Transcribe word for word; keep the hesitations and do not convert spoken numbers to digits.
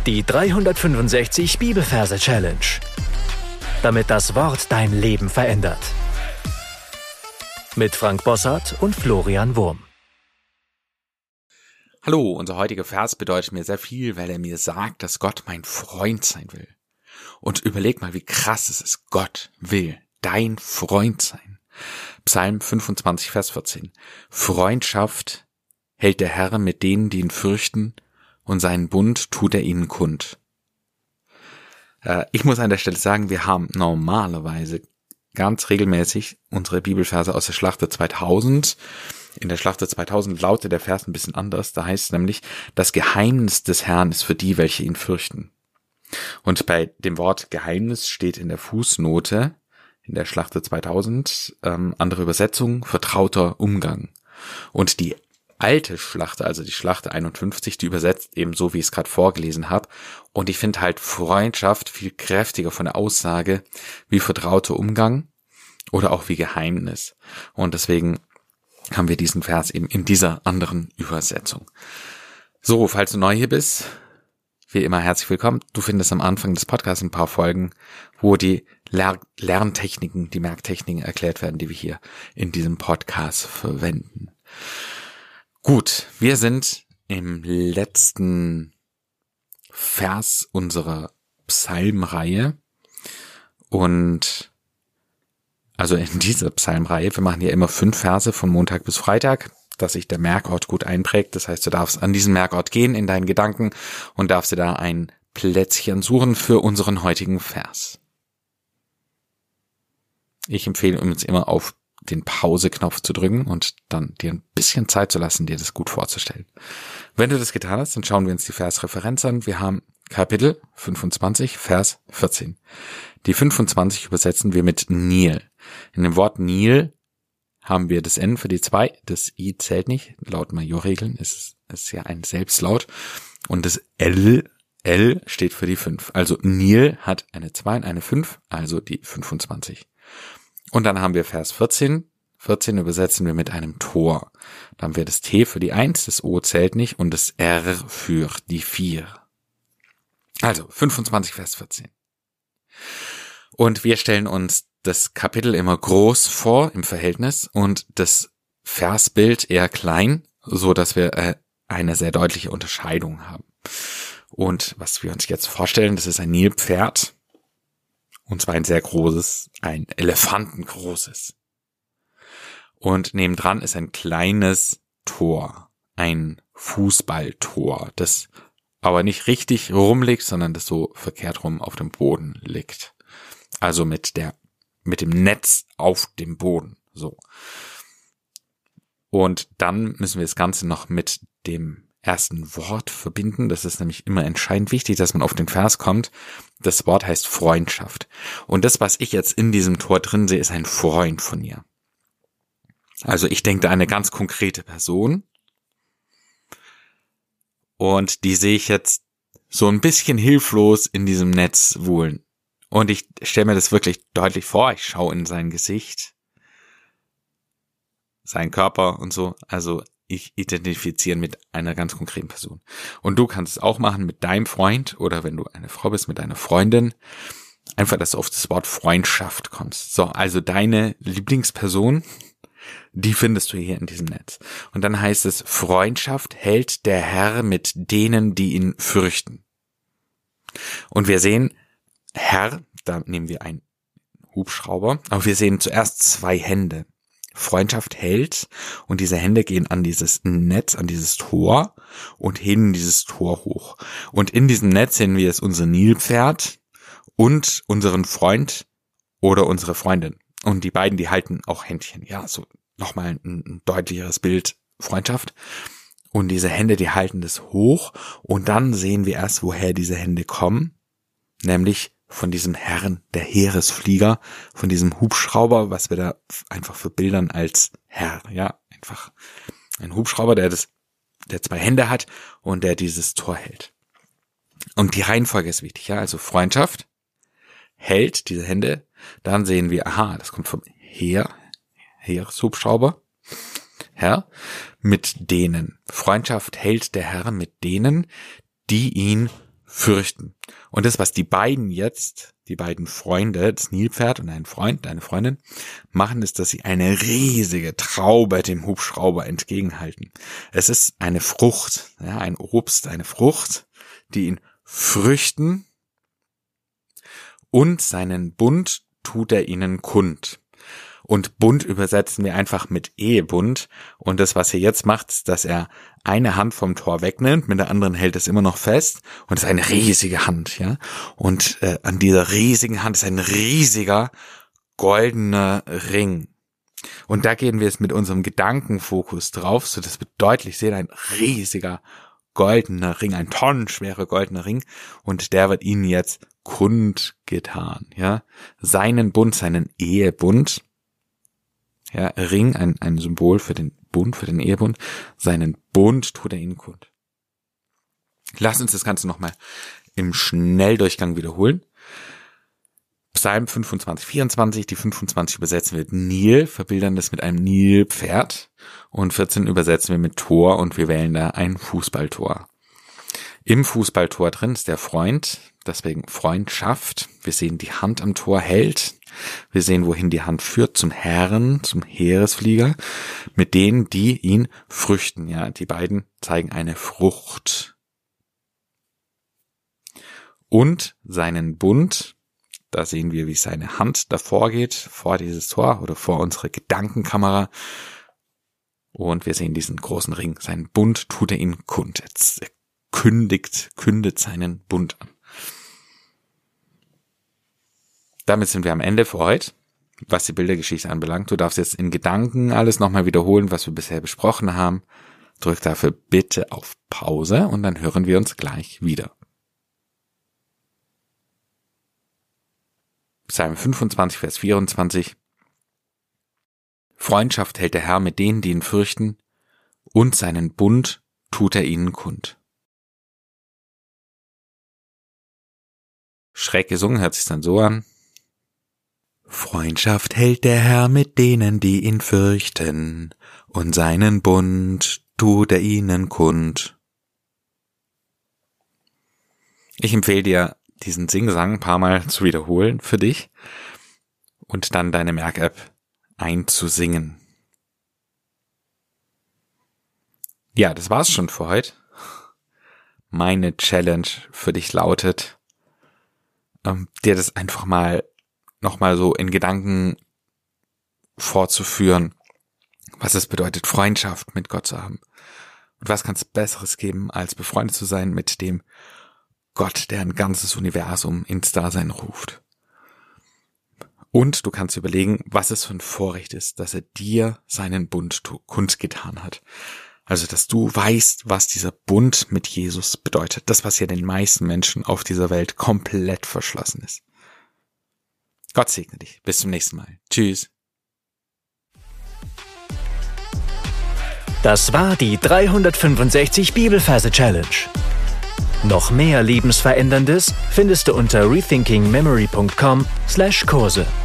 Die dreihundertfünfundsechzig Bibelverse Challenge. Damit das Wort dein Leben verändert. Mit Frank Bossart und Florian Wurm. Hallo, unser heutiger Vers bedeutet mir sehr viel, weil er mir sagt, dass Gott mein Freund sein will. Und überleg mal, wie krass es ist. Gott will dein Freund sein. Psalm fünfundzwanzig, Vers vierzehn. Freundschaft hält der Herr mit denen, die ihn fürchten, und seinen Bund tut er ihnen kund. Äh, ich muss an der Stelle sagen, wir haben normalerweise ganz regelmäßig unsere Bibelverse aus der Schlachter zweitausend. In der Schlachter zweitausend lautet der Vers ein bisschen anders. Da heißt es nämlich, das Geheimnis des Herrn ist für die, welche ihn fürchten. Und bei dem Wort Geheimnis steht in der Fußnote, in der Schlachter zweitausend, ähm, andere Übersetzung, vertrauter Umgang. Und die alte Schlachter, also die Schlachter einundfünfzig, die übersetzt eben so, wie ich es gerade vorgelesen habe. Und ich finde halt Freundschaft viel kräftiger von der Aussage wie vertrauter Umgang oder auch wie Geheimnis. Und deswegen haben wir diesen Vers eben in dieser anderen Übersetzung. So, falls du neu hier bist, wie immer herzlich willkommen. Du findest am Anfang des Podcasts ein paar Folgen, wo die Ler- Lerntechniken, die Merktechniken erklärt werden, die wir hier in diesem Podcast verwenden. Gut, wir sind im letzten Vers unserer Psalmreihe und also in dieser Psalmreihe, wir machen ja immer fünf Verse von Montag bis Freitag, dass sich der Merkort gut einprägt. Das heißt, du darfst an diesen Merkort gehen in deinen Gedanken und darfst dir da ein Plätzchen suchen für unseren heutigen Vers. Ich empfehle uns immer auf den Pause-Knopf zu drücken und dann dir ein bisschen Zeit zu lassen, dir das gut vorzustellen. Wenn du das getan hast, dann schauen wir uns die Versreferenz an. Wir haben Kapitel fünfundzwanzig, Vers vierzehn. Die fünfundzwanzig übersetzen wir mit Nil. In dem Wort Nil haben wir das N für die zwei, das I zählt nicht, laut Majorregeln ist es ja ein Selbstlaut und das L, L steht für die fünf. Also Nil hat eine zwei und eine fünf, also die fünfundzwanzig. Und dann haben wir Vers vierzehn. vierzehn übersetzen wir mit einem Tor. Dann haben wir das T für die eins, das O zählt nicht und das R für die vier. Also fünfundzwanzig, Vers vierzehn. Und wir stellen uns das Kapitel immer groß vor im Verhältnis und das Versbild eher klein, so dass wir äh, eine sehr deutliche Unterscheidung haben. Und was wir uns jetzt vorstellen, das ist ein Nilpferd. Und zwar ein sehr großes, ein elefantengroßes. Und nebendran ist ein kleines Tor, ein Fußballtor, das aber nicht richtig rumliegt, sondern das so verkehrt rum auf dem Boden liegt. Also mit der, mit dem Netz auf dem Boden, so. Und dann müssen wir das Ganze noch mit dem ersten Wort verbinden. Das ist nämlich immer entscheidend wichtig, dass man auf den Vers kommt. Das Wort heißt Freundschaft. Und das, was ich jetzt in diesem Tor drin sehe, ist ein Freund von mir. Also ich denke da an eine ganz konkrete Person. Und die sehe ich jetzt so ein bisschen hilflos in diesem Netz wohlen. Und ich stelle mir das wirklich deutlich vor. Ich schaue in sein Gesicht, seinen Körper und so. Also ich identifiziere mit einer ganz konkreten Person. Und du kannst es auch machen mit deinem Freund oder wenn du eine Frau bist, mit deiner Freundin. Einfach, dass du auf das Wort Freundschaft kommst. So, also deine Lieblingsperson, die findest du hier in diesem Netz. Und dann heißt es, Freundschaft hält der Herr mit denen, die ihn fürchten. Und wir sehen, Herr, da nehmen wir einen Hubschrauber, aber wir sehen zuerst zwei Hände. Freundschaft hält und diese Hände gehen an dieses Netz, an dieses Tor und heben dieses Tor hoch. Und in diesem Netz sehen wir jetzt unser Nilpferd und unseren Freund oder unsere Freundin. Und die beiden, die halten auch Händchen. Ja, so nochmal ein, ein deutlicheres Bild Freundschaft. Und diese Hände, die halten das hoch und dann sehen wir erst, woher diese Hände kommen, nämlich von diesem Herrn, der Heeresflieger, von diesem Hubschrauber, was wir da einfach verbildern als Herr, ja, einfach ein Hubschrauber, der das, der zwei Hände hat und der dieses Tor hält. Und die Reihenfolge ist wichtig, ja, also Freundschaft hält diese Hände, dann sehen wir, aha, das kommt vom Heer, Heereshubschrauber, Herr, mit denen. Freundschaft hält der Herr mit denen, die ihn fürchten. Und das, was die beiden jetzt, die beiden Freunde, das Nilpferd und ein Freund, eine Freundin, machen, ist, dass sie eine riesige Traube dem Hubschrauber entgegenhalten. Es ist eine Frucht, ja, ein Obst, eine Frucht, die ihn fürchten, und seinen Bund tut er ihnen kund. Und Bund übersetzen wir einfach mit Ehebund. Und das, was er jetzt macht, ist, dass er eine Hand vom Tor wegnimmt, mit der anderen hält es immer noch fest. Und es ist eine riesige Hand, ja. Und äh, an dieser riesigen Hand ist ein riesiger goldener Ring. Und da gehen wir jetzt mit unserem Gedankenfokus drauf, so dass wir deutlich sehen, ein riesiger goldener Ring, ein tonnenschwerer goldener Ring. Und der wird ihnen jetzt kundgetan, ja. Seinen Bund, seinen Ehebund. Ja, Ring, ein, ein Symbol für den Bund, für den Ehebund. Seinen Bund tut er ihnen kund. Lass uns das Ganze nochmal im Schnelldurchgang wiederholen. Psalm fünfundzwanzig, vierundzwanzig, die fünfundzwanzig übersetzen wir mit Nil, verbildern das mit einem Nilpferd. Und vierzehn übersetzen wir mit Tor und wir wählen da ein Fußballtor. Im Fußballtor drin ist der Freund, deswegen Freundschaft. Wir sehen, die Hand am Tor hält. Wir sehen, wohin die Hand führt, zum Herren, zum Heeresflieger, mit denen, die ihn früchten. Ja, die beiden zeigen eine Frucht. Und seinen Bund, da sehen wir, wie seine Hand davor geht, vor dieses Tor oder vor unsere Gedankenkamera. Und wir sehen diesen großen Ring. Seinen Bund tut er ihnen kund. Jetzt kündigt, kündet seinen Bund an. Damit sind wir am Ende für heute, was die Bildergeschichte anbelangt. Du darfst jetzt in Gedanken alles nochmal wiederholen, was wir bisher besprochen haben. Drück dafür bitte auf Pause und dann hören wir uns gleich wieder. Psalm fünfundzwanzig, Vers vierundzwanzig. Freundschaft hält der Herr mit denen, die ihn fürchten, und seinen Bund tut er ihnen kund. Schräg gesungen hört sich dann so an. Freundschaft hält der Herr mit denen, die ihn fürchten, und seinen Bund tut er ihnen kund. Ich empfehle dir, diesen Singsang ein paar Mal zu wiederholen für dich und dann deine Merk-App einzusingen. Ja, das war's schon für heute. Meine Challenge für dich lautet, ähm, dir das einfach mal nochmal so in Gedanken vorzuführen, was es bedeutet, Freundschaft mit Gott zu haben. Und was kann es Besseres geben, als befreundet zu sein mit dem Gott, der ein ganzes Universum ins Dasein ruft. Und du kannst überlegen, was es für ein Vorrecht ist, dass er dir seinen Bund kundgetan hat. Also, dass du weißt, was dieser Bund mit Jesus bedeutet. Das, was ja den meisten Menschen auf dieser Welt komplett verschlossen ist. Gott segne dich. Bis zum nächsten Mal. Tschüss. Das war die dreihundertfünfundsechzig Bibelverse Challenge. Noch mehr Lebensveränderndes findest du unter rethinkingmemory punkt com slash Kurse.